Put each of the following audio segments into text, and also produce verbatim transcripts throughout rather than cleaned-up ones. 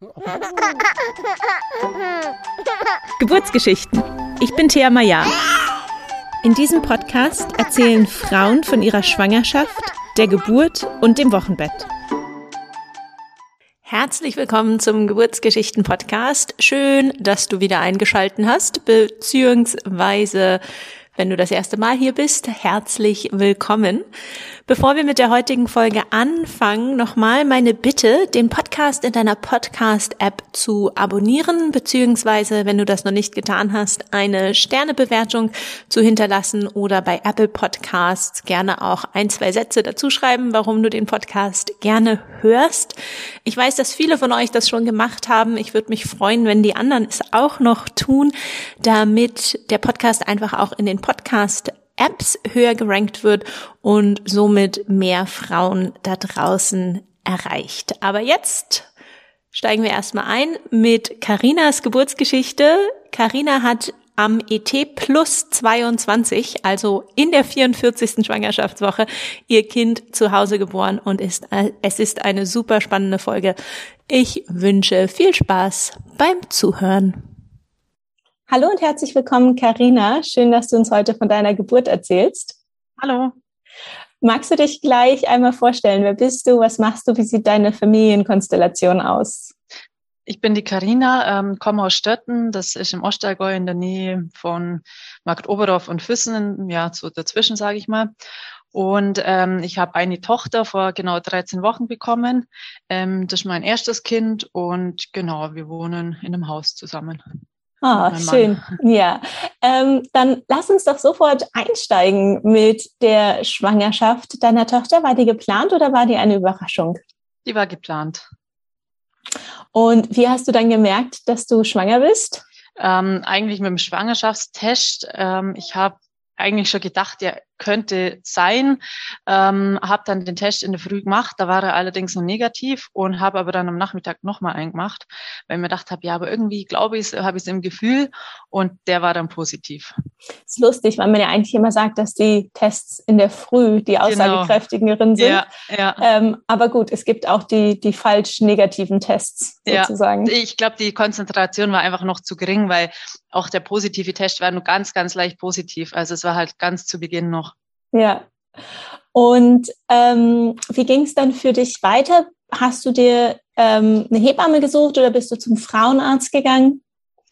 Geburtsgeschichten. Ich bin Thea Maya. In diesem Podcast erzählen Frauen von ihrer Schwangerschaft, der Geburt und dem Wochenbett. Herzlich willkommen zum Geburtsgeschichten-Podcast. Schön, dass du wieder eingeschaltet hast, beziehungsweise wenn du das erste Mal hier bist, herzlich willkommen. Bevor wir mit der heutigen Folge anfangen, nochmal meine Bitte, den Podcast in deiner Podcast-App zu abonnieren, beziehungsweise, wenn du das noch nicht getan hast, eine Sternebewertung zu hinterlassen oder bei Apple Podcasts gerne auch ein, zwei Sätze dazu schreiben, warum du den Podcast gerne hörst. Ich weiß, dass viele von euch das schon gemacht haben. Ich würde mich freuen, wenn die anderen es auch noch tun, damit der Podcast einfach auch in den Podcast-Apps höher gerankt wird und somit mehr Frauen da draußen erreicht. Aber jetzt steigen wir erstmal ein mit Carinas Geburtsgeschichte. Carina hat am E T plus zweiundzwanzig, also in der vierundvierzigsten Schwangerschaftswoche, ihr Kind zu Hause geboren und ist, es ist eine super spannende Folge. Ich wünsche viel Spaß beim Zuhören. Hallo und herzlich willkommen, Carina. Schön, dass du uns heute von deiner Geburt erzählst. Hallo. Magst du dich gleich einmal vorstellen? Wer bist du? Was machst du? Wie sieht deine Familienkonstellation aus? Ich bin die Carina, ähm, komme aus Stötten. Das ist im Ostallgäu in der Nähe von Marktoberdorf und Füssen, ja, so dazwischen, sage ich mal. Und ähm, ich habe eine Tochter vor genau dreizehn Wochen bekommen. Ähm, das ist mein erstes Kind und genau, wir wohnen in einem Haus zusammen. Ah, schön. Ja, ähm, dann lass uns doch sofort einsteigen mit der Schwangerschaft deiner Tochter. War die geplant oder war die eine Überraschung? Die war geplant. Und wie hast du dann gemerkt, dass du schwanger bist? Ähm, eigentlich mit dem Schwangerschaftstest. Ähm, ich habe eigentlich schon gedacht, der könnte sein. Ähm, habe dann den Test in der Früh gemacht, da war er allerdings noch negativ und habe aber dann am Nachmittag nochmal einen gemacht, weil ich mir gedacht habe, ja, aber irgendwie glaube ich, habe ich es im Gefühl und der war dann positiv. Das ist lustig, weil man ja eigentlich immer sagt, dass die Tests in der Früh die aussagekräftigeren sind. Ja, ja. Ähm, aber gut, es gibt auch die, die falsch negativen Tests sozusagen. Ja, ich glaube, die Konzentration war einfach noch zu gering, weil auch der positive Test war nur ganz, ganz leicht positiv. Also es war halt ganz zu Beginn noch. Ja. Und ähm, wie ging es dann für dich weiter? Hast du dir ähm, eine Hebamme gesucht oder bist du zum Frauenarzt gegangen?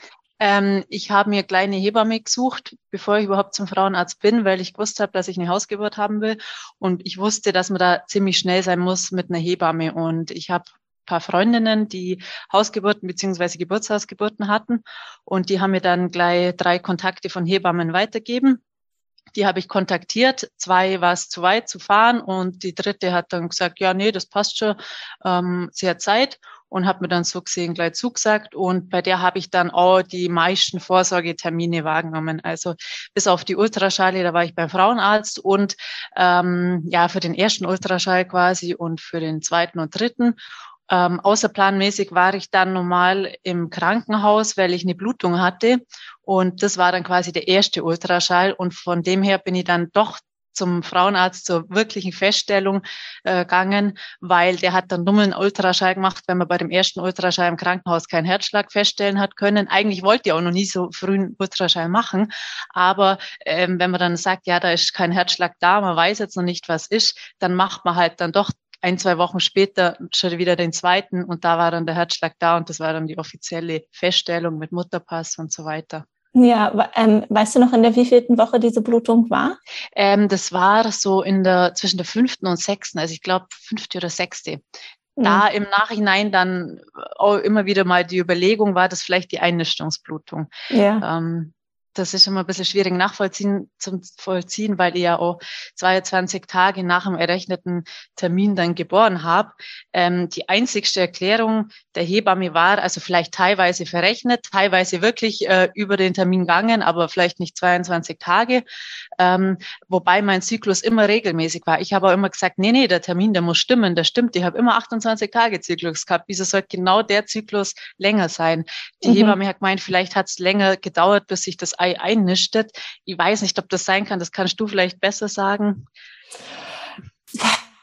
Ähm, ich habe mir gleich eine Hebamme gesucht, bevor ich überhaupt zum Frauenarzt bin, weil ich gewusst habe, dass ich eine Hausgeburt haben will. Und ich wusste, dass man da ziemlich schnell sein muss mit einer Hebamme. Und ich habe ein paar Freundinnen, die Hausgeburten beziehungsweise Geburtshausgeburten hatten. Und die haben mir dann gleich drei Kontakte von Hebammen weitergegeben. Die habe ich kontaktiert. Zwei war es zu weit zu fahren und die dritte hat dann gesagt, ja, nee, das passt schon, ähm, sie hat Zeit und hat mir dann so gesehen gleich zugesagt. Und bei der habe ich dann auch die meisten Vorsorgetermine wahrgenommen. Also bis auf die Ultraschale, da war ich beim Frauenarzt und ähm, ja, für den ersten Ultraschall quasi und für den zweiten und dritten. Ähm, außerplanmäßig war ich dann normal im Krankenhaus, weil ich eine Blutung hatte. Und das war dann quasi der erste Ultraschall. Und von dem her bin ich dann doch zum Frauenarzt zur wirklichen Feststellung äh, gegangen, weil der hat dann nur einen Ultraschall gemacht, wenn man bei dem ersten Ultraschall im Krankenhaus keinen Herzschlag feststellen hat können. Eigentlich wollte ich auch noch nie so früh einen Ultraschall machen. Aber ähm, wenn man dann sagt, ja, da ist kein Herzschlag da, man weiß jetzt noch nicht, was ist, dann macht man halt dann doch ein, zwei Wochen später schon wieder den zweiten und da war dann der Herzschlag da und das war dann die offizielle Feststellung mit Mutterpass und so weiter. Ja, ähm, weißt du noch, in der wievielten Woche diese Blutung war? Ähm, das war so in der zwischen der fünften und sechsten, also ich glaube fünfte oder sechste. Mhm. Da im Nachhinein dann auch immer wieder mal die Überlegung, war das vielleicht die Einnistungsblutung. Ja. Ähm, Das ist immer ein bisschen schwierig nachvollziehen, zum vollziehen, weil ich ja auch zweiundzwanzig Tage nach dem errechneten Termin dann geboren habe. Ähm, die einzigste Erklärung der Hebamme war, also vielleicht teilweise verrechnet, teilweise wirklich äh, über den Termin gegangen, aber vielleicht nicht zweiundzwanzig Tage. Ähm, wobei mein Zyklus immer regelmäßig war. Ich habe auch immer gesagt, nee, nee, der Termin, der muss stimmen, der stimmt. Ich habe immer achtundzwanzig Tage Zyklus gehabt. Wieso soll genau der Zyklus länger sein? Die mhm. Hebamme hat gemeint, vielleicht hat es länger gedauert, bis sich das Ei einnistet. Ich weiß nicht, ob das sein kann. Das kannst du vielleicht besser sagen.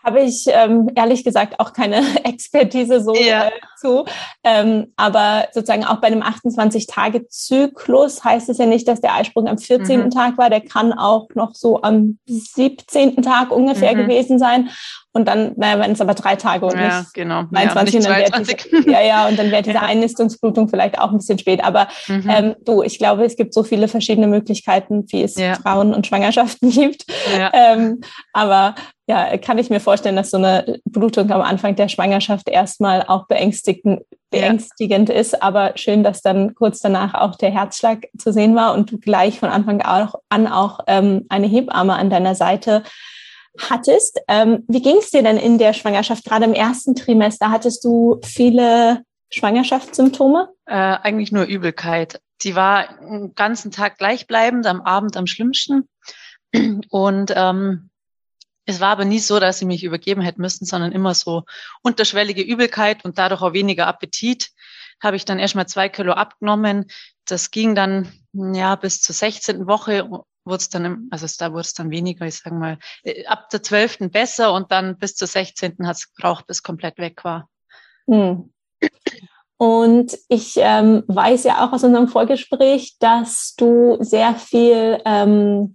Habe ich ähm, ehrlich gesagt auch keine Expertise so ja. äh, zu. Ähm, aber sozusagen auch bei einem achtundzwanzig-Tage-Zyklus heißt es ja nicht, dass der Eisprung am vierzehnten Mhm. Tag war. Der kann auch noch so am siebzehnten Tag ungefähr mhm. gewesen sein. Und dann, naja, wenn es aber drei Tage und ja, nicht genau. zweiundzwanzig, ja, nicht dann wäre diese, ja, ja, und dann wäre diese ja. Einnistungsblutung vielleicht auch ein bisschen spät. Aber mhm. ähm, du, ich glaube, es gibt so viele verschiedene Möglichkeiten, wie es ja. Frauen und Schwangerschaften gibt. Ja. Ähm, aber ja, kann ich mir vorstellen, dass so eine Blutung am Anfang der Schwangerschaft erstmal auch beängstigend, beängstigend ja. ist. Aber schön, dass dann kurz danach auch der Herzschlag zu sehen war und du gleich von Anfang auch an auch ähm, eine Hebamme an deiner Seite hattest. Ähm, wie ging es dir denn in der Schwangerschaft? Gerade im ersten Trimester hattest du viele Schwangerschaftssymptome? Äh, eigentlich nur Übelkeit. Die war den ganzen Tag gleichbleibend, am Abend am schlimmsten. Und ähm, es war aber nie so, dass sie mich übergeben hätten müssen, sondern immer so unterschwellige Übelkeit und dadurch auch weniger Appetit. Habe ich dann erstmal zwei Kilo abgenommen. Das ging dann ja bis zur sechzehnten Woche. Wurde es dann, also da wurde es dann weniger, ich sage mal, ab der zwölften besser und dann bis zur sechzehnten hat es gebraucht, bis komplett weg war. Hm. Und ich ähm, weiß ja auch aus unserem Vorgespräch, dass du sehr viel ähm,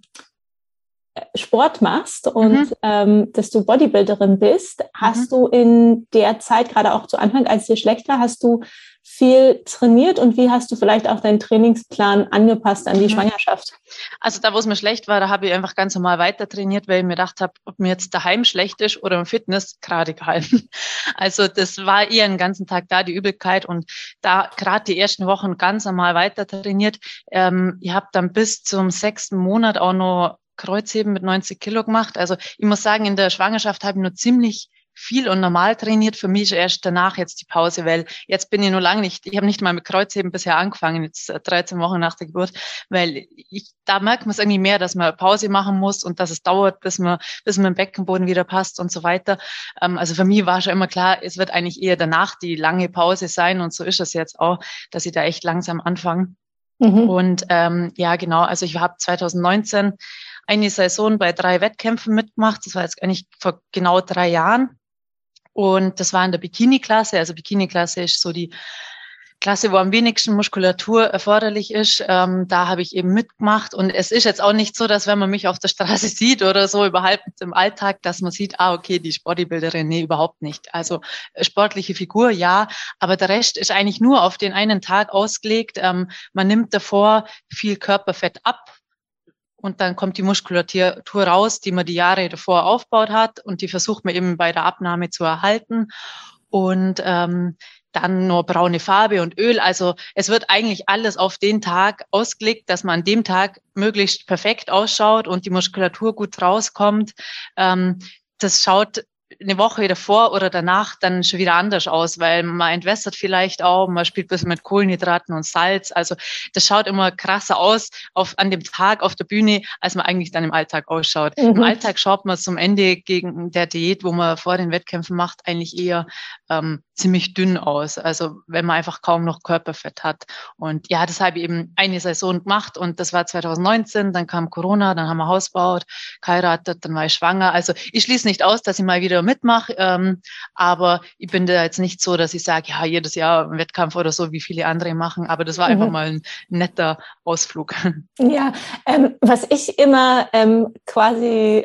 Sport machst und mhm. ähm, dass du Bodybuilderin bist. Hast mhm. du in der Zeit, gerade auch zu Anfang, als es dir schlecht war, hast du viel trainiert und wie hast du vielleicht auch deinen Trainingsplan angepasst an die mhm. Schwangerschaft? Also da, wo es mir schlecht war, da habe ich einfach ganz normal weiter trainiert, weil ich mir gedacht habe, ob mir jetzt daheim schlecht ist oder im Fitness, gerade gehalten. Also das war eher den ganzen Tag da, die Übelkeit und da gerade die ersten Wochen ganz normal weiter trainiert. Ähm, ich habe dann bis zum sechsten Monat auch noch Kreuzheben mit neunzig Kilo gemacht. Also ich muss sagen, in der Schwangerschaft habe ich nur ziemlich viel und normal trainiert. Für mich ist erst danach jetzt die Pause, weil jetzt bin ich nur lange nicht, ich habe nicht mal mit Kreuzheben bisher angefangen, jetzt dreizehn Wochen nach der Geburt, weil ich, da merkt man es irgendwie mehr, dass man Pause machen muss und dass es dauert, bis man, bis man im Beckenboden wieder passt und so weiter. Ähm, also für mich war schon immer klar, es wird eigentlich eher danach die lange Pause sein und so ist es jetzt auch, dass ich da echt langsam anfange. Mhm. Und ähm, ja, genau, also ich habe zwanzig neunzehn eine Saison bei drei Wettkämpfen mitgemacht. Das war jetzt eigentlich vor genau drei Jahren. Und das war in der Bikini-Klasse. Also Bikini-Klasse ist so die Klasse, wo am wenigsten Muskulatur erforderlich ist. Ähm, da habe ich eben mitgemacht. Und es ist jetzt auch nicht so, dass wenn man mich auf der Straße sieht oder so überhaupt im Alltag, dass man sieht, ah, okay, die ist Bodybuilderin. Nee, überhaupt nicht. Also sportliche Figur, ja. Aber der Rest ist eigentlich nur auf den einen Tag ausgelegt. Ähm, man nimmt davor viel Körperfett ab. Und dann kommt die Muskulatur raus, die man die Jahre davor aufgebaut hat. Und die versucht man eben bei der Abnahme zu erhalten. Und ähm, dann nur braune Farbe und Öl. Also es wird eigentlich alles auf den Tag ausgelegt, dass man an dem Tag möglichst perfekt ausschaut und die Muskulatur gut rauskommt. Ähm, das schaut eine Woche davor oder danach dann schon wieder anders aus, weil man entwässert vielleicht auch, man spielt ein bisschen mit Kohlenhydraten und Salz. Also das schaut immer krasser aus auf, an dem Tag auf der Bühne, als man eigentlich dann im Alltag ausschaut. Mhm. Im Alltag schaut man zum Ende gegen der Diät, wo man vor den Wettkämpfen macht, eigentlich eher ähm, ziemlich dünn aus. Also wenn man einfach kaum noch Körperfett hat. Und ja, das habe ich eben eine Saison gemacht und das war zwanzig neunzehn, dann kam Corona, dann haben wir Haus gebaut, geheiratet, dann war ich schwanger. Also ich schließe nicht aus, dass ich mal wieder mitmache, ähm, aber ich bin da jetzt nicht so, dass ich sage, ja, jedes Jahr ein Wettkampf oder so, wie viele andere machen, aber das war mhm. einfach mal ein netter Ausflug. Ja, ähm, was ich immer ähm, quasi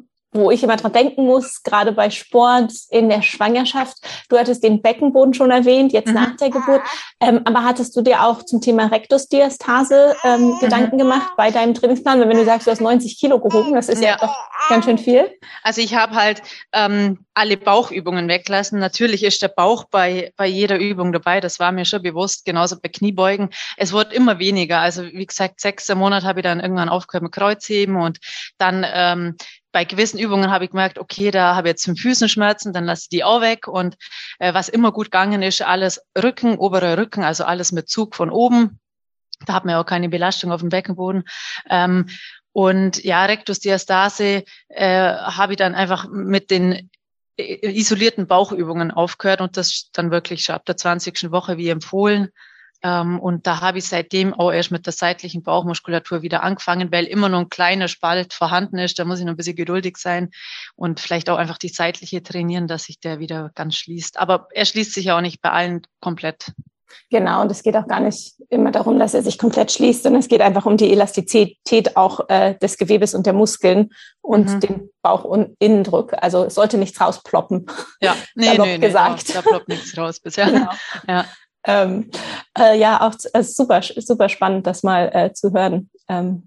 wo ich immer dran denken muss, gerade bei Sport in der Schwangerschaft. Du hattest den Beckenboden schon erwähnt, jetzt mhm. nach der Geburt. Ähm, aber hattest du dir auch zum Thema Rektusdiastase ähm, mhm. Gedanken gemacht bei deinem Trainingsplan? Weil wenn du sagst, du hast neunzig Kilo gehoben, das ist ja, ja doch ganz schön viel. Also ich habe halt ähm, alle Bauchübungen weglassen. Natürlich ist der Bauch bei bei jeder Übung dabei. Das war mir schon bewusst. Genauso bei Kniebeugen. Es wurde immer weniger. Also wie gesagt, sechster Monat habe ich dann irgendwann aufgehört mit Kreuzheben und dann ähm, bei gewissen Übungen habe ich gemerkt, okay, da habe ich jetzt zum Füßen Schmerzen, dann lasse ich die auch weg. Und äh, was immer gut gegangen ist, alles Rücken, oberer Rücken, also alles mit Zug von oben. Da hat man ja auch keine Belastung auf dem Beckenboden. Ähm, und ja, Rektusdiastase äh, habe ich dann einfach mit den isolierten Bauchübungen aufgehört und das dann wirklich schon ab der zwanzigsten Woche wie empfohlen. Ähm, und da habe ich seitdem auch erst mit der seitlichen Bauchmuskulatur wieder angefangen, weil immer noch ein kleiner Spalt vorhanden ist. Da muss ich noch ein bisschen geduldig sein und vielleicht auch einfach die seitliche trainieren, dass sich der wieder ganz schließt. Aber er schließt sich ja auch nicht bei allen komplett. Genau, und es geht auch gar nicht immer darum, dass er sich komplett schließt, sondern es geht einfach um die Elastizität auch äh, des Gewebes und der Muskeln und mhm. den Bauch- und Innendruck. Also es sollte nichts rausploppen. Ja, nee, nee, nee, gesagt. Da, da ploppt nichts raus bisher. Genau. Ja. Ähm, äh, ja, auch äh, super, super spannend, das mal äh, zu hören. Ähm,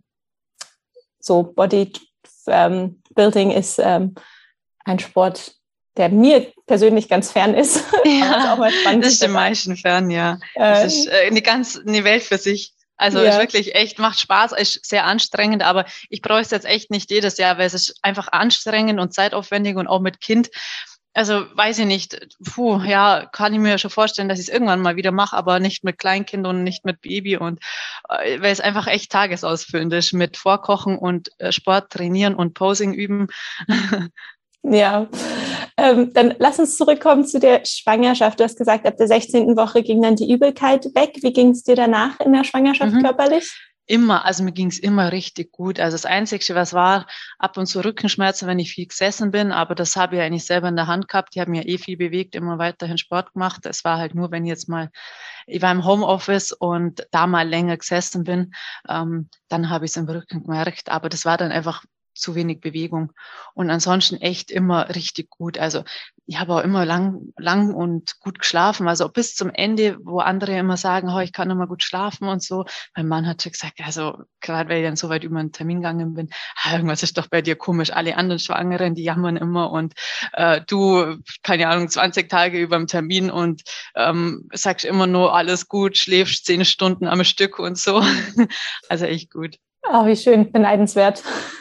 so Bodybuilding ähm, ist ähm, ein Sport, der mir persönlich ganz fern ist. Ja, ist auch mal spannend, das ist den meisten fern, ja. Äh, das ist äh, eine ganz eine Welt für sich. Also ja. Ist wirklich echt, macht Spaß, ist sehr anstrengend, aber ich brauche es jetzt echt nicht jedes Jahr, weil es ist einfach anstrengend und zeitaufwendig und auch mit Kind. Also weiß ich nicht, puh, ja, kann ich mir schon vorstellen, dass ich es irgendwann mal wieder mache, aber nicht mit Kleinkind und nicht mit Baby und äh, weil es einfach echt tagesausfüllend ist mit Vorkochen und äh, Sport trainieren und Posing üben. Ja, ähm, dann lass uns zurückkommen zu der Schwangerschaft. Du hast gesagt, ab der sechzehnten Woche ging dann die Übelkeit weg. Wie ging es dir danach in der Schwangerschaft mhm. körperlich? Immer, also mir ging es immer richtig gut. Also das Einzige, was war, ab und zu Rückenschmerzen, wenn ich viel gesessen bin, aber das habe ich eigentlich selber in der Hand gehabt. Die haben ja eh viel bewegt, immer weiterhin Sport gemacht. Es war halt nur, wenn ich jetzt mal, ich war im Homeoffice und da mal länger gesessen bin, ähm, dann habe ich es im Rücken gemerkt. Aber das war dann einfach zu wenig Bewegung. Und ansonsten echt immer richtig gut. Also ich habe auch immer lang, lang und gut geschlafen. Also bis zum Ende, wo andere immer sagen, oh, ich kann immer gut schlafen und so. Mein Mann hat schon gesagt, also gerade weil ich dann so weit über einen Termin gegangen bin, ah, irgendwas ist doch bei dir komisch. Alle anderen Schwangeren, die jammern immer und äh, du, keine Ahnung, zwanzig Tage über dem Termin und ähm, sagst immer nur alles gut, schläfst zehn Stunden am Stück und so. Also echt gut. Oh, wie schön, beneidenswert.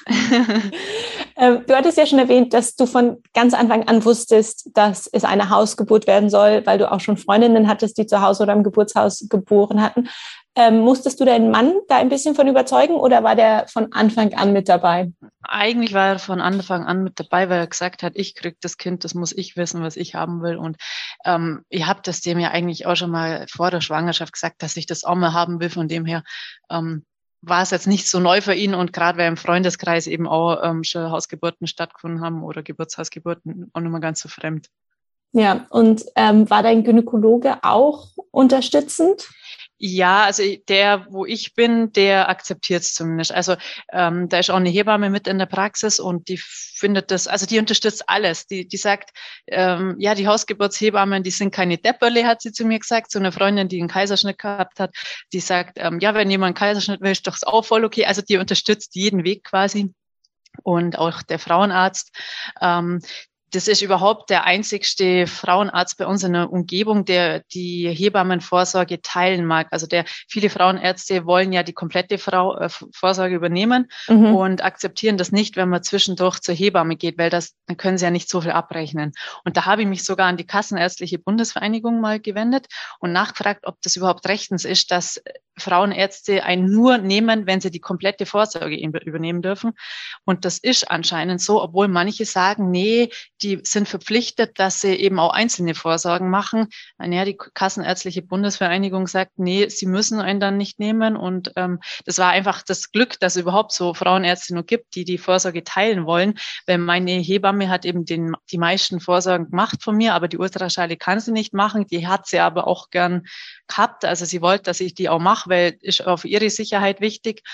ähm, du hattest ja schon erwähnt, dass du von ganz Anfang an wusstest, dass es eine Hausgeburt werden soll, weil du auch schon Freundinnen hattest, die zu Hause oder im Geburtshaus geboren hatten. Ähm, musstest du deinen Mann da ein bisschen von überzeugen oder war der von Anfang an mit dabei? Eigentlich war er von Anfang an mit dabei, weil er gesagt hat, ich krieg das Kind, das muss ich wissen, was ich haben will. Und ähm, ich habe das dem ja eigentlich auch schon mal vor der Schwangerschaft gesagt, dass ich das auch mal haben will. Von dem her ähm, war es jetzt nicht so neu für ihn und gerade weil im Freundeskreis eben auch ähm, schon Hausgeburten stattgefunden haben oder Geburtshausgeburten auch nicht mehr ganz so fremd. Ja, und ähm, war dein Gynäkologe auch unterstützend? Ja, also der, wo ich bin, der akzeptiert es zumindest. Also ähm, da ist auch eine Hebamme mit in der Praxis und die findet das, also die unterstützt alles. Die, die sagt, ähm, ja, die Hausgeburtshebammen, die sind keine Depperle, hat sie zu mir gesagt. So eine Freundin, die einen Kaiserschnitt gehabt hat, die sagt, ähm, ja, wenn jemand einen Kaiserschnitt will, ist doch auch voll okay. Also die unterstützt jeden Weg quasi. Und auch der Frauenarzt. Ähm, Das ist überhaupt der einzigste Frauenarzt bei uns in der Umgebung, der die Hebammenvorsorge teilen mag. Also der viele Frauenärzte wollen ja die komplette Frau, äh, Vorsorge übernehmen mhm. und akzeptieren das nicht, wenn man zwischendurch zur Hebamme geht, weil das dann können sie ja nicht so viel abrechnen. Und da habe ich mich sogar an die Kassenärztliche Bundesvereinigung mal gewendet und nachgefragt, ob das überhaupt rechtens ist, dass Frauenärzte einen nur nehmen, wenn sie die komplette Vorsorge übernehmen dürfen. Und das ist anscheinend so, obwohl manche sagen, nee, die sind verpflichtet, dass sie eben auch einzelne Vorsorgen machen. Ja, die Kassenärztliche Bundesvereinigung sagt, nee, sie müssen einen dann nicht nehmen. Und ähm, das war einfach das Glück, dass es überhaupt so Frauenärzte noch gibt, die die Vorsorge teilen wollen. Weil meine Hebamme hat eben den, die meisten Vorsorgen gemacht von mir, aber die Ultraschale kann sie nicht machen. Die hat sie aber auch gern gehabt. Also sie wollte, dass ich die auch mache, weil ist auf ihre Sicherheit wichtig.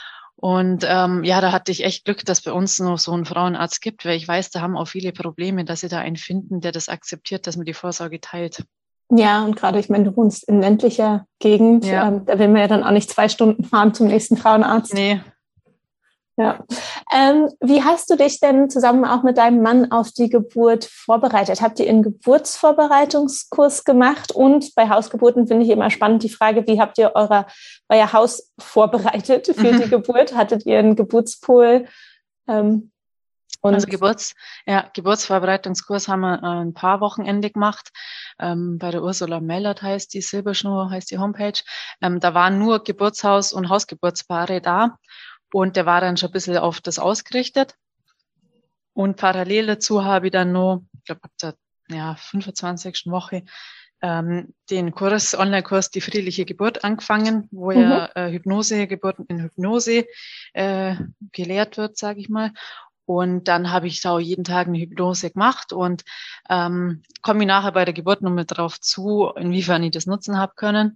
Und ähm, ja, da hatte ich echt Glück, dass bei uns noch so einen Frauenarzt gibt, weil ich weiß, da haben auch viele Probleme, dass sie da einen finden, der das akzeptiert, dass man die Vorsorge teilt. Ja, und gerade, ich meine, du wohnst in ländlicher Gegend, ja. ähm, da will man ja dann auch nicht zwei Stunden fahren zum nächsten Frauenarzt. Nee. Ja. Ähm, wie hast du dich denn zusammen auch mit deinem Mann auf die Geburt vorbereitet? Habt ihr einen Geburtsvorbereitungskurs gemacht? Und bei Hausgeburten finde ich immer spannend die Frage, wie habt ihr eure, euer Haus vorbereitet für mhm. die Geburt? Hattet ihr einen Geburtspool? Ähm, und also Geburts, ja, Geburtsvorbereitungskurs haben wir äh, ein paar Wochenende gemacht. Ähm, bei der Ursula Mellert heißt die, Silberschnur heißt die Homepage. Ähm, da waren nur Geburtshaus- und Hausgeburtspaare da. Und der war dann schon ein bisschen auf das ausgerichtet. Und parallel dazu habe ich dann noch, ich glaube, ab der ja, fünfundzwanzigsten Woche ähm, den Kurs, Online-Kurs Die friedliche Geburt angefangen, wo Mhm. ja äh, Hypnose, Geburten in Hypnose äh, gelehrt wird, sage ich mal. Und dann habe ich da auch jeden Tag eine Hypnose gemacht und ähm, komme ich nachher bei der Geburt noch mit drauf zu, inwiefern ich das nutzen habe können.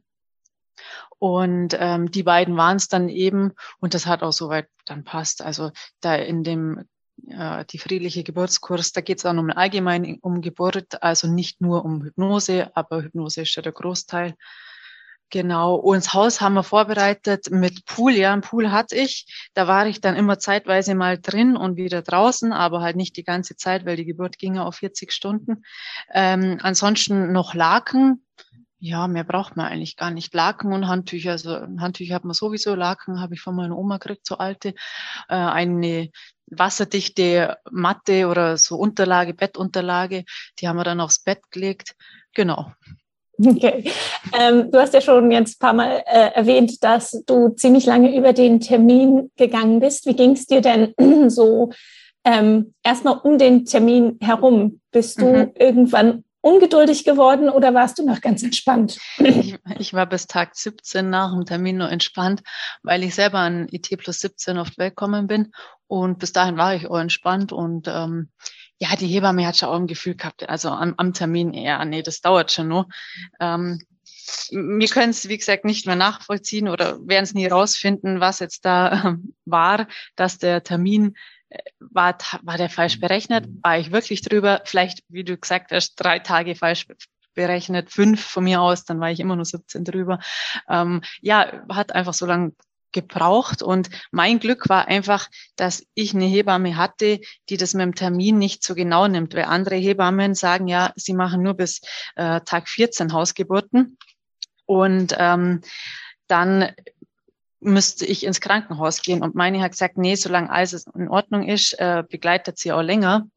Und ähm, die beiden waren es dann eben und das hat auch soweit dann passt. Also da in dem äh, die friedliche Geburtskurs, da geht es auch um allgemein um Geburt, also nicht nur um Hypnose, aber Hypnose ist ja der Großteil. Genau. Und das Haus haben wir vorbereitet mit Pool. Ja, einen Pool hatte ich. Da war ich dann immer zeitweise mal drin und wieder draußen, aber halt nicht die ganze Zeit, weil die Geburt ging ja auf vierzig Stunden. Ähm, ansonsten noch Laken. Ja, mehr braucht man eigentlich gar nicht. Laken und Handtücher. Also Handtücher hat man sowieso. Laken habe ich von meiner Oma gekriegt, so alte. Äh, eine wasserdichte Matte oder so Unterlage, Bettunterlage. Die haben wir dann aufs Bett gelegt. Genau. Okay. Ähm, du hast ja schon jetzt ein paar Mal äh, erwähnt, dass du ziemlich lange über den Termin gegangen bist. Wie ging es dir denn so ähm, erstmal um den Termin herum? Bist du mhm. irgendwann ungeduldig geworden oder warst du noch ganz entspannt? Ich, ich war bis Tag siebzehn nach dem Termin nur entspannt, weil ich selber an I T plus siebzehn auf die Welt gekommen bin. Und bis dahin war ich auch entspannt und ähm, ja, die Hebamme hat schon auch ein Gefühl gehabt, also am, am Termin eher, nee, das dauert schon nur. Ähm, wir können es, wie gesagt, nicht mehr nachvollziehen oder werden es nie rausfinden, was jetzt da äh, war, dass der Termin äh, war, war der falsch berechnet, war ich wirklich drüber, vielleicht, wie du gesagt hast, drei Tage falsch berechnet, fünf von mir aus, dann war ich immer nur siebzehn drüber. Ähm, ja, hat einfach so lange gebraucht und mein Glück war einfach, dass ich eine Hebamme hatte, die das mit dem Termin nicht so genau nimmt, weil andere Hebammen sagen ja, sie machen nur bis äh, Tag vierzehn Hausgeburten und ähm, dann müsste ich ins Krankenhaus gehen und meine hat gesagt, nee, solange alles in Ordnung ist, äh, begleitet sie auch länger.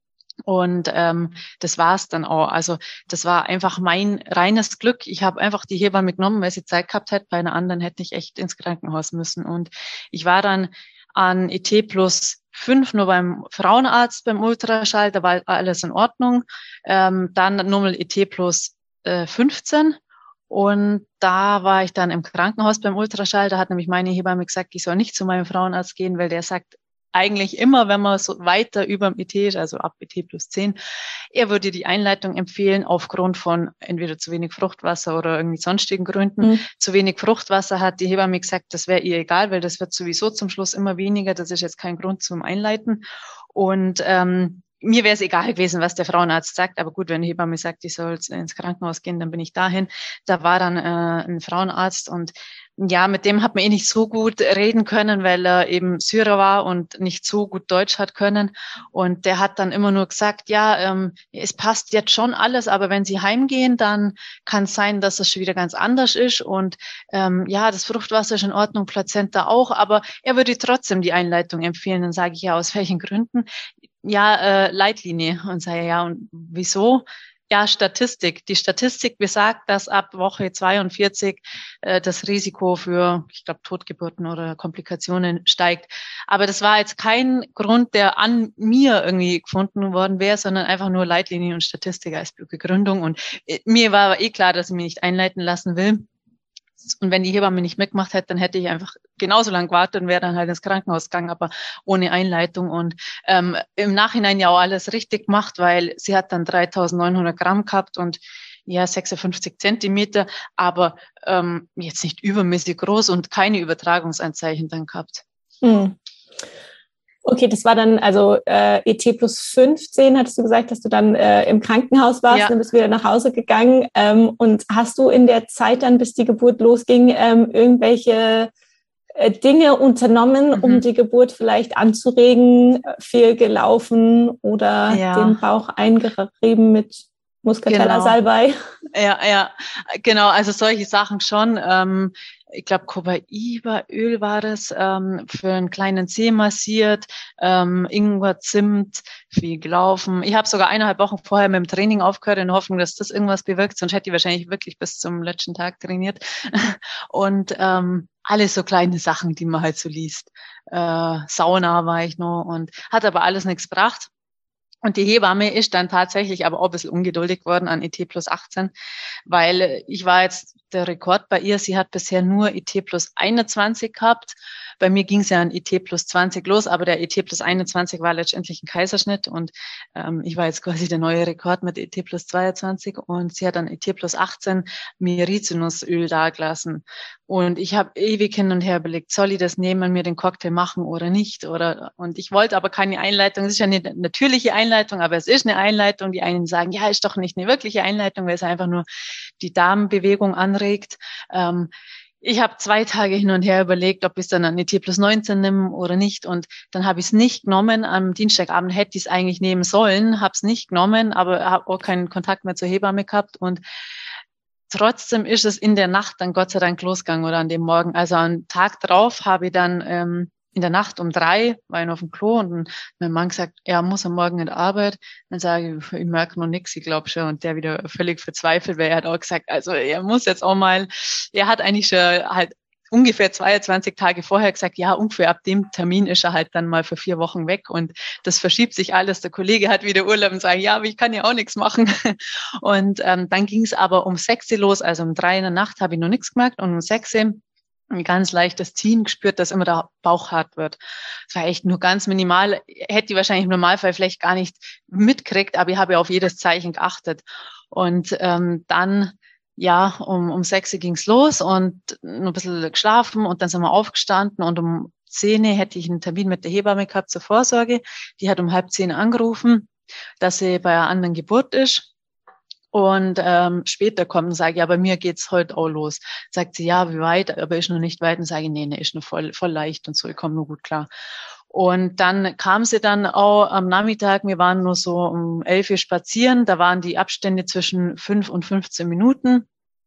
Und ähm, das war es dann auch. Also das war einfach mein reines Glück. Ich habe einfach die Hebamme genommen, weil sie Zeit gehabt hätte. Bei einer anderen hätte ich echt ins Krankenhaus müssen. Und ich war dann an I T plus fünf nur beim Frauenarzt beim Ultraschall. Da war alles in Ordnung. Ähm, dann nochmal I T plus äh, fünfzehn. Und da war ich dann im Krankenhaus beim Ultraschall. Da hat nämlich meine Hebamme gesagt, ich soll nicht zu meinem Frauenarzt gehen, weil der sagt, eigentlich immer, wenn man so weiter über dem I T ist, also ab I T plus zehn, er würde die Einleitung empfehlen aufgrund von entweder zu wenig Fruchtwasser oder irgendwie sonstigen Gründen. Mhm. Zu wenig Fruchtwasser hat die Hebamme gesagt, das wäre ihr egal, weil das wird sowieso zum Schluss immer weniger. Das ist jetzt kein Grund zum Einleiten. Und ähm, mir wäre es egal gewesen, was der Frauenarzt sagt, aber gut, wenn die Hebamme sagt, ich soll ins Krankenhaus gehen, dann bin ich dahin. Da war dann äh, ein Frauenarzt und ja, mit dem hat man eh nicht so gut reden können, weil er eben Syrer war und nicht so gut Deutsch hat können. Und der hat dann immer nur gesagt, ja, ähm, es passt jetzt schon alles, aber wenn Sie heimgehen, dann kann es sein, dass es schon wieder ganz anders ist. Und ähm, ja, das Fruchtwasser ist in Ordnung, Plazenta auch, aber er würde trotzdem die Einleitung empfehlen. Dann sage ich, ja, aus welchen Gründen? Ja, äh, Leitlinie. Und sage, ja, und wieso? Ja, Statistik. Die Statistik besagt, dass ab Woche zweiundvierzig äh, das Risiko für, ich glaube, Totgeburten oder Komplikationen steigt. Aber das war jetzt kein Grund, der an mir irgendwie gefunden worden wäre, sondern einfach nur Leitlinie und Statistik als Begründung. Und äh, mir war eh klar, dass ich mich nicht einleiten lassen will. Und wenn die Hebamme nicht mitgemacht hätte, dann hätte ich einfach genauso lang gewartet und wäre dann halt ins Krankenhaus gegangen, aber ohne Einleitung. Und ähm, im Nachhinein ja auch alles richtig gemacht, weil sie hat dann dreitausendneunhundert Gramm gehabt und ja sechsundfünfzig Zentimeter, aber ähm, jetzt nicht übermäßig groß und keine Übertragungsanzeichen dann gehabt. Hm. Okay, das war dann also äh, I T plus fünfzehn, hattest du gesagt, dass du dann äh, im Krankenhaus warst, ja. Dann bist du wieder nach Hause gegangen. Ähm, und hast du in der Zeit dann, bis die Geburt losging, ähm, irgendwelche äh, Dinge unternommen, mhm. um die Geburt vielleicht anzuregen, viel gelaufen oder ja. den Bauch eingerieben mit Muscatella-Salbei? Genau. Ja, ja, genau, also solche Sachen schon. Ähm, ich glaube, Copaiba-Öl war das, ähm, für einen kleinen Zeh massiert, ähm, Ingwer, Zimt, viel gelaufen. Ich habe sogar eineinhalb Wochen vorher mit dem Training aufgehört in der Hoffnung, dass das irgendwas bewirkt, sonst hätte ich wahrscheinlich wirklich bis zum letzten Tag trainiert. Und ähm, alles so kleine Sachen, die man halt so liest. Äh, Sauna war ich noch und hat aber alles nichts gebracht. Und die Hebamme ist dann tatsächlich aber auch ein bisschen ungeduldig worden an I T plus achtzehn, weil ich war jetzt der Rekord bei ihr. Sie hat bisher nur I T plus einundzwanzig gehabt. Bei mir ging es ja an I T plus zwanzig los, aber der I T plus einundzwanzig war letztendlich ein Kaiserschnitt und ähm, ich war jetzt quasi der neue Rekord mit I T plus zweiundzwanzig und sie hat an I T plus achtzehn mir Rizinusöl dagelassen. Und ich habe ewig hin und her überlegt, soll ich das nehmen, mir den Cocktail machen oder nicht? Oder und ich wollte aber keine Einleitung. Es ist ja eine natürliche Einleitung, aber es ist eine Einleitung. Die einen sagen, ja, ist doch nicht eine wirkliche Einleitung, weil es einfach nur die Darmbewegung anregt. Ähm, Ich habe zwei Tage hin und her überlegt, ob ich es dann an I T plus neunzehn nehme oder nicht. Und dann habe ich es nicht genommen. Am Dienstagabend hätte ich es eigentlich nehmen sollen, habe es nicht genommen, aber habe auch keinen Kontakt mehr zur Hebamme gehabt. Und trotzdem ist es in der Nacht dann Gott sei Dank losgegangen oder an dem Morgen. Also am Tag drauf habe ich dann ähm, in der Nacht um drei, war ich noch auf dem Klo und mein Mann gesagt, er muss am Morgen in die Arbeit. Dann sage ich, ich merke noch nichts, ich glaube schon. Und der wieder völlig verzweifelt, weil er hat auch gesagt, also er muss jetzt auch mal, er hat eigentlich schon halt ungefähr zweiundzwanzig Tage vorher gesagt, ja, ungefähr ab dem Termin ist er halt dann mal für vier Wochen weg und das verschiebt sich alles. Der Kollege hat wieder Urlaub und sagt, ja, aber ich kann ja auch nichts machen. Und ähm, dann ging es aber um sechs Uhr los, also um drei in der Nacht habe ich noch nichts gemerkt und um sechs Uhr ein ganz leichtes Ziehen gespürt, dass immer der Bauch hart wird. Es war echt nur ganz minimal, hätte ich wahrscheinlich im Normalfall vielleicht gar nicht mitkriegt, aber ich habe ja auf jedes Zeichen geachtet. Und ähm, dann ja, um, um sechs Uhr ging's los und noch ein bisschen geschlafen und dann sind wir aufgestanden und um zehn Uhr hätte ich einen Termin mit der Hebamme gehabt zur Vorsorge. Die hat um halb zehn angerufen, dass sie bei einer anderen Geburt ist und ähm, später kommt. Sage ich, ja, bei mir geht's heute auch los. Sagt sie, ja, wie weit, aber ist noch nicht weit. Und sage ich, nee, nee, ist noch voll, voll leicht und so, ich komme nur gut klar. Und dann kam sie dann auch am Nachmittag, wir waren nur so um elf Uhr spazieren, da waren die Abstände zwischen fünf und fünfzehn Minuten.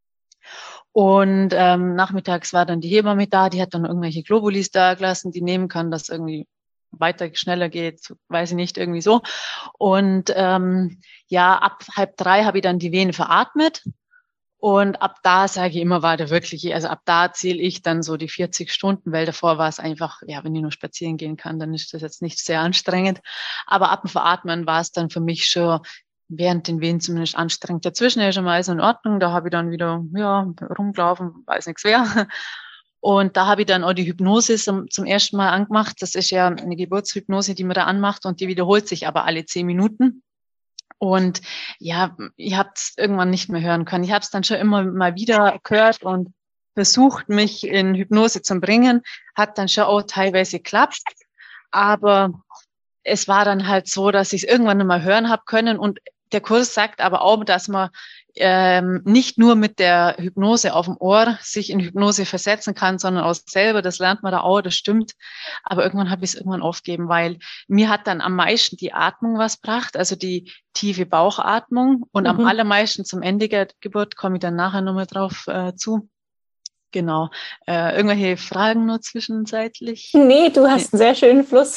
Und ähm, nachmittags war dann die Hebamme da, die hat dann irgendwelche Globulis da gelassen, die nehmen kann, dass irgendwie weiter schneller geht, weiß ich nicht, irgendwie so. Und ähm, ja, ab halb drei habe ich dann die Venen veratmet. Und ab da sage ich immer, war der wirkliche, also ab da zähle ich dann so die vierzig Stunden, weil davor war es einfach, ja, wenn ich nur spazieren gehen kann, dann ist das jetzt nicht sehr anstrengend. Aber ab dem Veratmen war es dann für mich schon während den Wehen zumindest anstrengend. Dazwischen ist schon mal alles in Ordnung, da habe ich dann wieder, ja, rumgelaufen, weiß nichts wer. Und da habe ich dann auch die Hypnose zum, zum ersten Mal angemacht. Das ist ja eine Geburtshypnose, die man da anmacht und die wiederholt sich aber alle zehn Minuten. Und ja, ich habe es irgendwann nicht mehr hören können. Ich habe es dann schon immer mal wieder gehört und versucht, mich in Hypnose zu bringen. Hat dann schon auch teilweise geklappt. Aber es war dann halt so, dass ich es irgendwann noch mal hören habe können. Und der Kurs sagt aber auch, dass man ähm, nicht nur mit der Hypnose auf dem Ohr sich in Hypnose versetzen kann, sondern auch selber. Das lernt man da auch, das stimmt. Aber irgendwann habe ich es irgendwann aufgegeben, weil mir hat dann am meisten die Atmung was gebracht, also die tiefe Bauchatmung. Und mhm. am allermeisten zum Ende der Geburt komme ich dann nachher nochmal drauf äh, zu. Genau. Äh, irgendwelche Fragen nur zwischenzeitlich? Nee, du hast einen sehr schönen Fluss.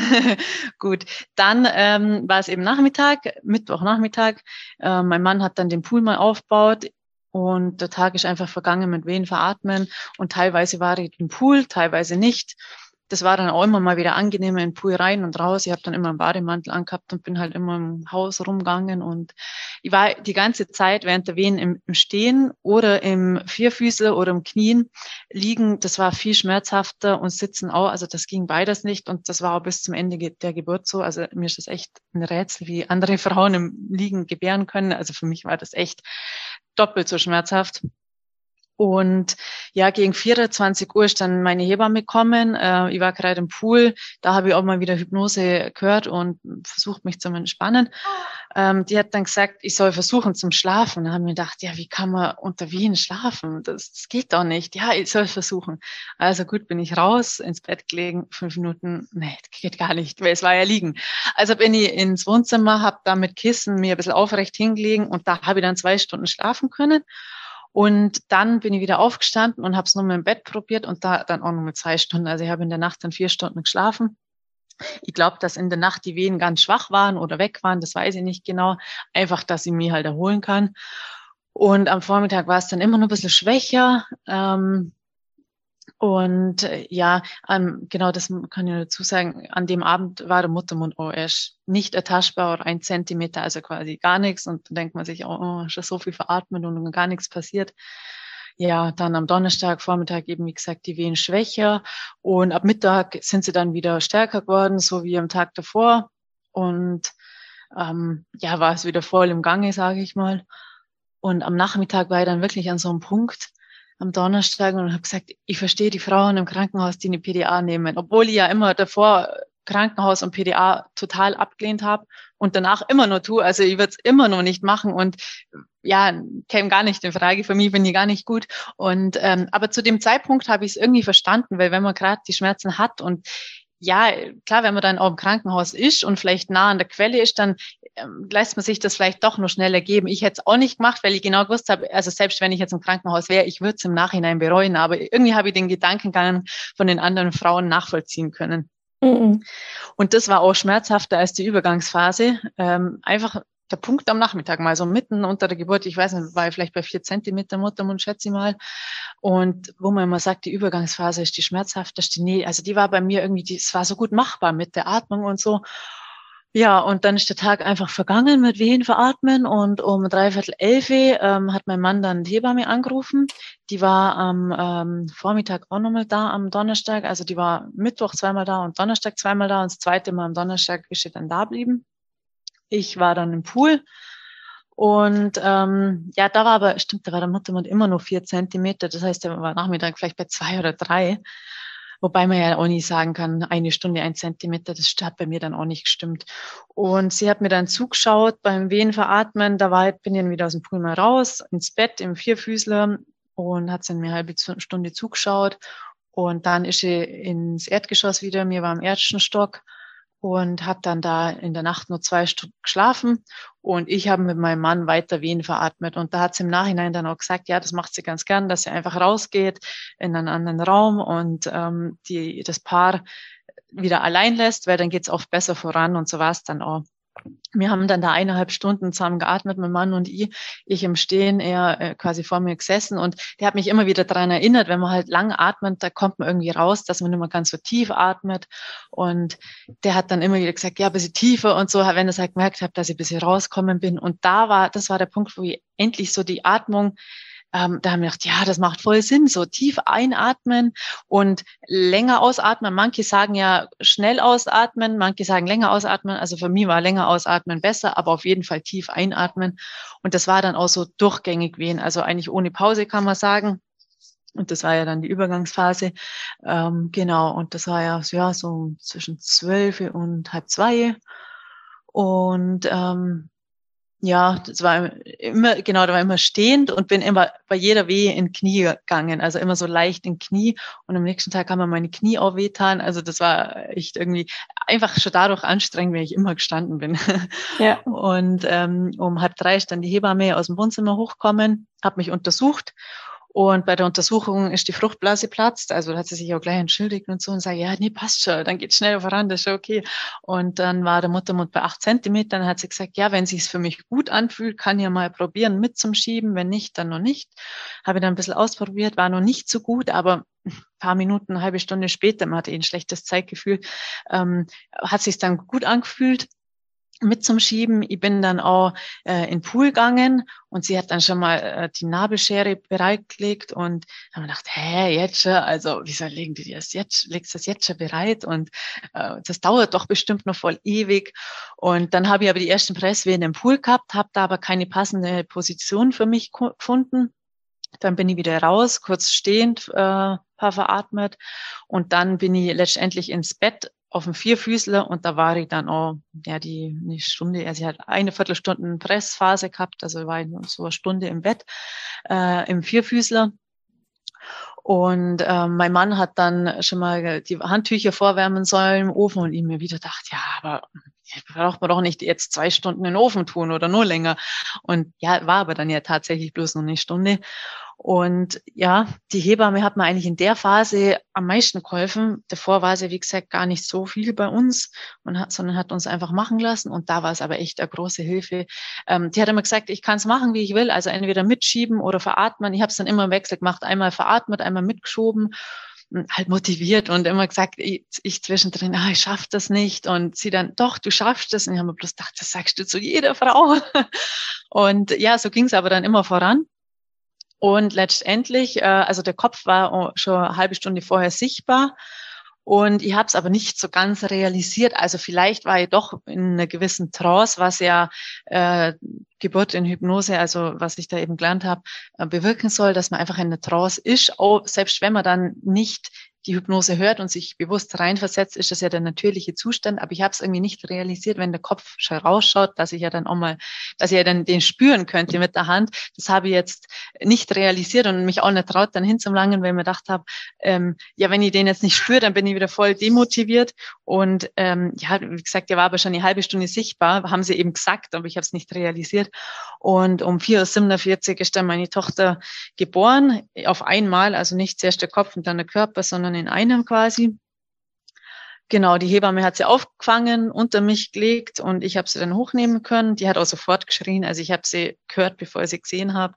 Gut, dann ähm, war es eben Nachmittag, Mittwochnachmittag. Äh, mein Mann hat dann den Pool mal aufgebaut und der Tag ist einfach vergangen mit Wehen veratmen und teilweise war ich im Pool, teilweise nicht. Das war dann auch immer mal wieder angenehmer in den Pool rein und raus. Ich habe dann immer einen Bademantel angehabt und bin halt immer im Haus rumgegangen. Und ich war die ganze Zeit während der Wehen im, im Stehen oder im Vierfüßler oder im Knien liegen. Das war viel schmerzhafter und sitzen auch. Also das ging beides nicht. Und das war auch bis zum Ende der Geburt so. Also mir ist das echt ein Rätsel, wie andere Frauen im Liegen gebären können. Also für mich war das echt doppelt so schmerzhaft. Und ja, gegen vierundzwanzig Uhr ist dann meine Hebamme gekommen. Äh, ich war gerade im Pool. Da habe ich auch mal wieder Hypnose gehört und versucht, mich zu entspannen. Ähm, die hat dann gesagt, ich soll versuchen zum Schlafen. Da haben wir gedacht, ja, wie kann man unter Wehen schlafen? Das, das geht doch nicht. Ja, ich soll versuchen. Also gut, bin ich raus, ins Bett gelegen, fünf Minuten. Nee, das geht gar nicht, weil es war ja liegen. Also bin ich ins Wohnzimmer, habe da mit Kissen mir ein bisschen aufrecht hingelegen und da habe ich dann zwei Stunden schlafen können. Und dann bin ich wieder aufgestanden und habe es nur mit dem Bett probiert und da dann auch nur mit zwei Stunden. Also ich habe in der Nacht dann vier Stunden geschlafen. Ich glaube, dass in der Nacht die Wehen ganz schwach waren oder weg waren, das weiß ich nicht genau. Einfach, dass ich mich halt erholen kann. Und am Vormittag war es dann immer noch ein bisschen schwächer. Ähm, Und äh, ja, ähm, genau, das kann ich dazu sagen, an dem Abend war der Muttermund auch erst nicht ertaschbar oder ein Zentimeter, also quasi gar nichts. Und dann denkt man sich, oh, oh schon so viel veratmet und gar nichts passiert. Ja, dann am Donnerstag, Vormittag eben, wie gesagt, die Wehen schwächer. Und ab Mittag sind sie dann wieder stärker geworden, so wie am Tag davor. Und ähm, ja, war es wieder voll im Gange, sage ich mal. Und am Nachmittag war ich dann wirklich an so einem Punkt, am Donnerstag, und habe gesagt, ich verstehe die Frauen im Krankenhaus, die eine P D A nehmen, obwohl ich ja immer davor Krankenhaus und P D A total abgelehnt habe und danach immer nur tue. Also ich würde es immer noch nicht machen und ja, käme gar nicht in Frage. Für mich bin ich gar nicht gut. Und ähm, aber zu dem Zeitpunkt habe ich es irgendwie verstanden, weil wenn man gerade die Schmerzen hat und ja, klar, wenn man dann auch im Krankenhaus ist und vielleicht nah an der Quelle ist, dann ähm, lässt man sich das vielleicht doch noch schneller geben. Ich hätte es auch nicht gemacht, weil ich genau gewusst habe, also selbst wenn ich jetzt im Krankenhaus wäre, ich würde es im Nachhinein bereuen, aber irgendwie habe ich den Gedankengang von den anderen Frauen nachvollziehen können. Mhm. Und das war auch schmerzhafter als die Übergangsphase. Ähm, einfach der Punkt am Nachmittag mal so mitten unter der Geburt, ich weiß nicht, war ich vielleicht bei vier Zentimeter Muttermund, schätze ich mal. Und wo man immer sagt, die Übergangsphase ist die schmerzhafteste. Nee, also die war bei mir irgendwie, die, es war so gut machbar mit der Atmung und so. Ja, und dann ist der Tag einfach vergangen mit Wehen veratmen und um dreiviertel elf ähm, hat mein Mann dann die Hebamme angerufen. Die war am ähm, Vormittag auch nochmal da am Donnerstag. Also die war Mittwoch zweimal da und Donnerstag zweimal da und das zweite Mal am Donnerstag ist sie dann da geblieben. Ich war dann im Pool und ähm, ja, da war aber, stimmt, da war der Muttermund immer nur vier Zentimeter. Das heißt, der war Nachmittag vielleicht bei zwei oder drei. Wobei man ja auch nicht sagen kann, eine Stunde, ein Zentimeter, das hat bei mir dann auch nicht gestimmt. Und sie hat mir dann zugeschaut beim Wehenveratmen. Da war, bin ich dann wieder aus dem Pool mal raus, ins Bett, im Vierfüßler und hat sie mir eine halbe Stunde zugeschaut. Und dann ist sie ins Erdgeschoss wieder. Mir war im ersten Stock. Und habe dann da in der Nacht nur zwei Stunden geschlafen und ich habe mit meinem Mann weiter Wehen veratmet. Und da hat sie im Nachhinein dann auch gesagt, ja, das macht sie ganz gern, dass sie einfach rausgeht in einen anderen Raum und ähm, die das Paar wieder allein lässt, weil dann geht's oft besser voran und so war es dann auch. Wir haben dann da eineinhalb Stunden zusammen geatmet, mein Mann und ich. Ich im Stehen, er äh, quasi vor mir gesessen. Und der hat mich immer wieder daran erinnert, wenn man halt lang atmet, da kommt man irgendwie raus, dass man nicht mehr ganz so tief atmet. Und der hat dann immer wieder gesagt, ja, ein bisschen tiefer und so, wenn er halt gemerkt hat, dass ich ein bisschen rauskommen bin. Und da war, das war der Punkt, wo ich endlich so die Atmung Ähm, da haben wir gedacht, ja, das macht voll Sinn, so tief einatmen und länger ausatmen. Manche sagen ja schnell ausatmen, manche sagen länger ausatmen. Also für mich war länger ausatmen besser, aber auf jeden Fall tief einatmen. Und das war dann auch so durchgängig Wehen, also eigentlich ohne Pause kann man sagen. Und das war ja dann die Übergangsphase. Ähm, genau, und das war ja, ja so zwischen zwölf und halb zwei. Und ähm, ja, das war immer, genau, da war immer stehend und bin immer bei jeder Wehe in Knie gegangen, also immer so leicht in Knie und am nächsten Tag haben mir meine Knie auch wehtan, also das war echt irgendwie einfach schon dadurch anstrengend, wenn ich immer gestanden bin. Ja. Und ähm, um halb drei ist dann die Hebamme aus dem Wohnzimmer hochgekommen, hat mich untersucht. Und bei der Untersuchung ist die Fruchtblase platzt, also da hat sie sich auch gleich entschuldigt und so und sagt, ja, nee, passt schon, dann geht's schnell voran, das ist schon okay. Und dann war der Muttermund bei acht Zentimetern, dann hat sie gesagt, ja, wenn sich's für mich gut anfühlt, kann ich ja mal probieren mit zum Schieben, wenn nicht, dann noch nicht. Habe ich dann ein bisschen ausprobiert, war noch nicht so gut, aber ein paar Minuten, eine halbe Stunde später, man hatte eh ein schlechtes Zeitgefühl, ähm, hat sich's dann gut angefühlt. Mit zum Schieben. Ich bin dann auch äh, in den Pool gegangen und sie hat dann schon mal äh, die Nabelschere bereitgelegt und haben gedacht, hä, jetzt schon? Also wieso legen die das jetzt, legst du das jetzt schon bereit? Und äh, das dauert doch bestimmt noch voll ewig. Und dann habe ich aber die ersten Presswehen im Pool gehabt, habe da aber keine passende Position für mich gefunden. Dann bin ich wieder raus, kurz stehend, äh, paar veratmet und dann bin ich letztendlich ins Bett auf dem Vierfüßler und da war ich dann auch, ja, die eine Stunde, also ich hatte eine Viertelstunde Pressphase gehabt, also war ich so eine Stunde im Bett, äh, im Vierfüßler. Und äh, mein Mann hat dann schon mal die Handtücher vorwärmen sollen im Ofen und ich mir wieder dachte, ja, aber braucht man doch nicht jetzt zwei Stunden in den Ofen tun oder nur länger. Und ja, war aber dann ja tatsächlich bloß noch eine Stunde. Und ja, die Hebamme hat mir eigentlich in der Phase am meisten geholfen. Davor war sie, wie gesagt, gar nicht so viel bei uns, und hat, sondern hat uns einfach machen lassen. Und da war es aber echt eine große Hilfe. Ähm, die hat immer gesagt, ich kann es machen, wie ich will. Also entweder mitschieben oder veratmen. Ich habe es dann immer im Wechsel gemacht. Einmal veratmet, einmal mitgeschoben. halt motiviert und immer gesagt, ich, ich zwischendrin, ah, ich schaff das nicht. Und sie dann, doch, du schaffst das. Und ich habe mir bloß gedacht, das sagst du zu jeder Frau. Und ja, so ging es aber dann immer voran. Und letztendlich, äh, also der Kopf war schon eine halbe Stunde vorher sichtbar. Und ich habe es aber nicht so ganz realisiert. Also vielleicht war ich doch in einer gewissen Trance, was ja äh, Geburt in Hypnose, also was ich da eben gelernt habe, äh, bewirken soll, dass man einfach in einer Trance ist. Auch selbst wenn man dann nicht die Hypnose hört und sich bewusst reinversetzt, ist das ja der natürliche Zustand. Aber ich habe es irgendwie nicht realisiert, wenn der Kopf schon rausschaut, dass ich ja dann auch mal, dass ich ja dann den spüren könnte mit der Hand. Das habe ich jetzt nicht realisiert und mich auch nicht traut, dann hinzulangen, weil ich mir gedacht habe, ähm, ja, wenn ich den jetzt nicht spüre, dann bin ich wieder voll demotiviert. Und ähm, ja, wie gesagt, der war aber schon eine halbe Stunde sichtbar, haben sie eben gesagt, aber ich habe es nicht realisiert. Und um vier Uhr siebenundvierzig ist dann meine Tochter geboren, auf einmal, also nicht zuerst der Kopf und dann der Körper, sondern in einem quasi. Genau, die Hebamme hat sie aufgefangen, unter mich gelegt und ich habe sie dann hochnehmen können. Die hat auch sofort geschrien, also ich habe sie gehört, bevor ich sie gesehen habe.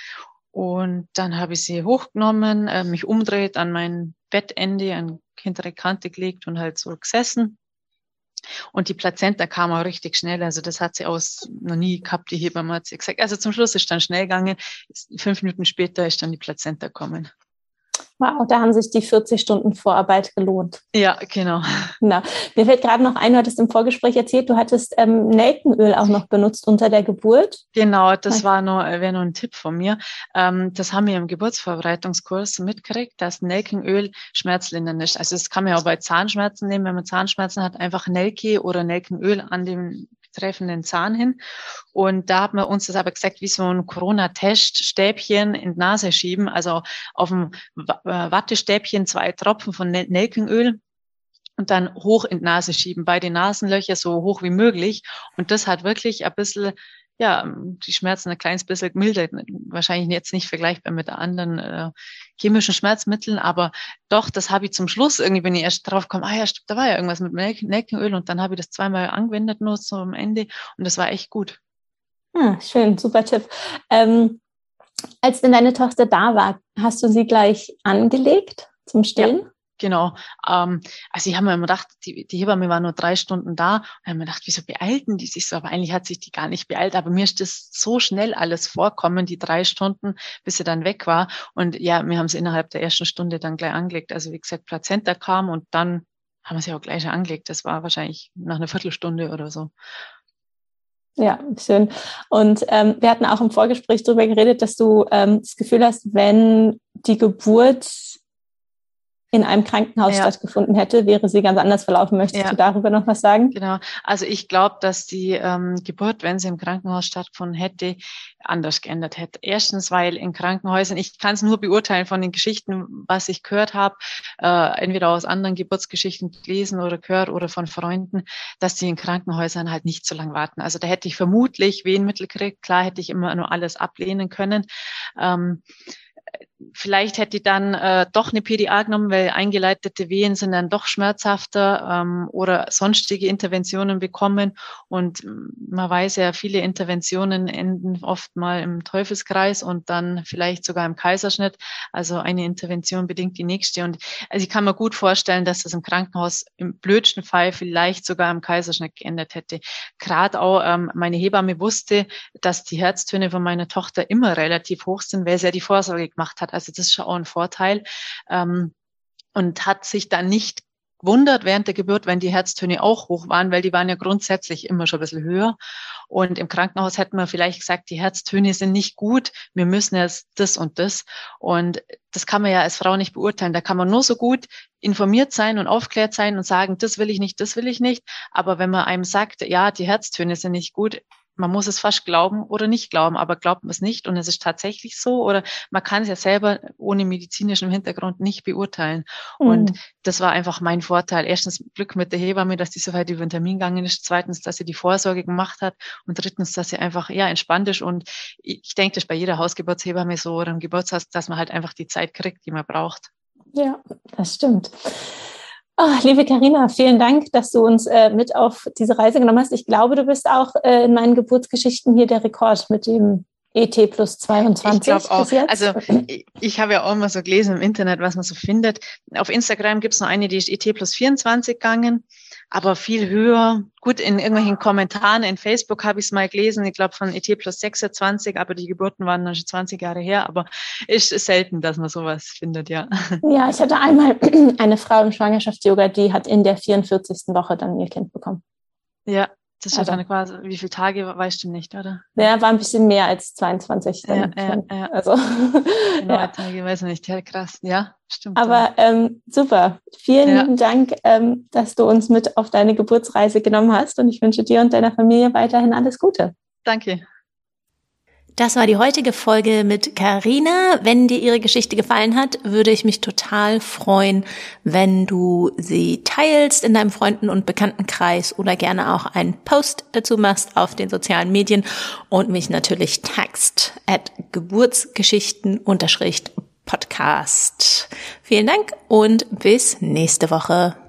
Und dann habe ich sie hochgenommen, äh, mich umdreht, an mein Bettende, an hintere Kante gelegt und halt so gesessen. Und die Plazenta kam auch richtig schnell, also das hat sie aus noch nie gehabt, die Hebamme hat sie gesagt. Also zum Schluss ist dann schnell gegangen, fünf Minuten später ist dann die Plazenta gekommen. Wow, da haben sich die vierzig Stunden Vorarbeit gelohnt. Ja, genau. Genau. Mir fällt gerade noch ein, du hattest im Vorgespräch erzählt, du hattest ähm, Nelkenöl auch noch benutzt unter der Geburt. Genau, das war noch, wäre noch ein Tipp von mir. Ähm, das haben wir im Geburtsvorbereitungskurs mitgekriegt, dass Nelkenöl schmerzlindernd ist. Also das kann man ja auch bei Zahnschmerzen nehmen, wenn man Zahnschmerzen hat, einfach Nelke oder Nelkenöl an dem betreffenden Zahn hin. Und da hat man uns das aber gesagt, wie so ein Corona-Test-Stäbchen in die Nase schieben, also auf dem Wattestäbchen zwei Tropfen von Nelkenöl und dann hoch in die Nase schieben, bei den Nasenlöchern so hoch wie möglich. Und das hat wirklich ein bisschen, ja, die Schmerzen ein kleines bisschen gemildert. Wahrscheinlich jetzt nicht vergleichbar mit anderen äh, chemischen Schmerzmitteln, aber doch, das habe ich zum Schluss, irgendwie bin ich erst drauf gekommen, ah ja, stimmt, da war ja irgendwas mit Nelkenöl und dann habe ich das zweimal angewendet, nur so am Ende und das war echt gut. Ah, schön, super Tipp. Ähm, als denn deine Tochter da war, hast du sie gleich angelegt zum Stillen? Ja. Genau. Ähm, also ich habe mir immer gedacht, die, die Hebamme war nur drei Stunden da und habe mir gedacht, wieso beeilten die sich so? Aber eigentlich hat sich die gar nicht beeilt. Aber mir ist das so schnell alles vorkommen, die drei Stunden, bis sie dann weg war. Und ja, wir haben sie innerhalb der ersten Stunde dann gleich angelegt. Also wie gesagt, Plazenta kam und dann haben wir sie auch gleich angelegt. Das war wahrscheinlich nach einer Viertelstunde oder so. Ja, schön. Und ähm, wir hatten auch im Vorgespräch darüber geredet, dass du ähm, das Gefühl hast, wenn die Geburt in einem Krankenhaus ja. stattgefunden hätte, wäre sie ganz anders verlaufen. Möchtest ja. du darüber noch was sagen? Genau. Also ich glaube, dass die ähm, Geburt, wenn sie im Krankenhaus stattgefunden hätte, anders geändert hätte. Erstens, weil in Krankenhäusern, ich kann es nur beurteilen von den Geschichten, was ich gehört habe, äh, entweder aus anderen Geburtsgeschichten gelesen oder gehört oder von Freunden, dass die in Krankenhäusern halt nicht so lange warten. Also da hätte ich vermutlich Wehenmittel gekriegt. Klar hätte ich immer nur alles ablehnen können. Ähm, Vielleicht hätte ich dann äh, doch eine P D A genommen, weil eingeleitete Wehen sind dann doch schmerzhafter ähm, oder sonstige Interventionen bekommen. Und man weiß ja, viele Interventionen enden oft mal im Teufelskreis und dann vielleicht sogar im Kaiserschnitt. Also eine Intervention bedingt die nächste. Und also ich kann mir gut vorstellen, dass das im Krankenhaus im blödsten Fall vielleicht sogar im Kaiserschnitt geändert hätte. Gerade auch ähm, meine Hebamme wusste, dass die Herztöne von meiner Tochter immer relativ hoch sind, weil sie ja die Vorsorge gemacht hat. Also das ist schon auch ein Vorteil. Ähm, und hat sich dann nicht gewundert während der Geburt, wenn die Herztöne auch hoch waren, weil die waren ja grundsätzlich immer schon ein bisschen höher. Und im Krankenhaus hätten wir vielleicht gesagt, die Herztöne sind nicht gut, wir müssen jetzt das und das. Und das kann man ja als Frau nicht beurteilen. Da kann man nur so gut informiert sein und aufklärt sein und sagen, das will ich nicht, das will ich nicht. Aber wenn man einem sagt, ja, die Herztöne sind nicht gut, man muss es fast glauben oder nicht glauben, aber glaubt man es nicht und es ist tatsächlich so oder man kann es ja selber ohne medizinischen Hintergrund nicht beurteilen. Mhm. Und das war einfach mein Vorteil. Erstens Glück mit der Hebamme, dass die so weit über den Termin gegangen ist. Zweitens, dass sie die Vorsorge gemacht hat. Und drittens, dass sie einfach ja entspannt ist. Und ich denke, das ist bei jeder Hausgeburtshebamme so oder im Geburtshaus, dass man halt einfach die Zeit kriegt, die man braucht. Ja, das stimmt. Oh, liebe Carina, vielen Dank, dass du uns äh, mit auf diese Reise genommen hast. Ich glaube, du bist auch äh, in meinen Geburtsgeschichten hier der Rekord mit dem E T plus zweiundzwanzig. Ich glaube auch. Bis jetzt. Also ich, ich habe ja auch immer so gelesen im Internet, was man so findet. Auf Instagram gibt es noch eine, die ist E T plus vierundzwanzig gegangen, aber viel höher. Gut, in irgendwelchen Kommentaren in Facebook habe ich es mal gelesen, ich glaube von E T plus sechsundzwanzig, aber die Geburten waren dann schon zwanzig Jahre her, aber es ist selten, dass man sowas findet, ja. Ja, ich hatte einmal eine Frau im Schwangerschafts-Yoga, die hat in der vierundvierzigsten Woche dann ihr Kind bekommen. Ja. Das ist Also, dann quasi, wie viele Tage, weißt du nicht, oder? Ja, war ein bisschen mehr als zweiundzwanzig. Dann ja, ja, ja. Also, genau, ja. Tage, weiß ich nicht, ja, krass, ja, stimmt. Aber ähm, super, vielen ja. lieben Dank, ähm, dass du uns mit auf deine Geburtsreise genommen hast und ich wünsche dir und deiner Familie weiterhin alles Gute. Danke. Das war die heutige Folge mit Carina. Wenn dir ihre Geschichte gefallen hat, würde ich mich total freuen, wenn du sie teilst in deinem Freunden- und Bekanntenkreis oder gerne auch einen Post dazu machst auf den sozialen Medien und mich natürlich tagst at Geburtsgeschichten Podcast. Vielen Dank und bis nächste Woche.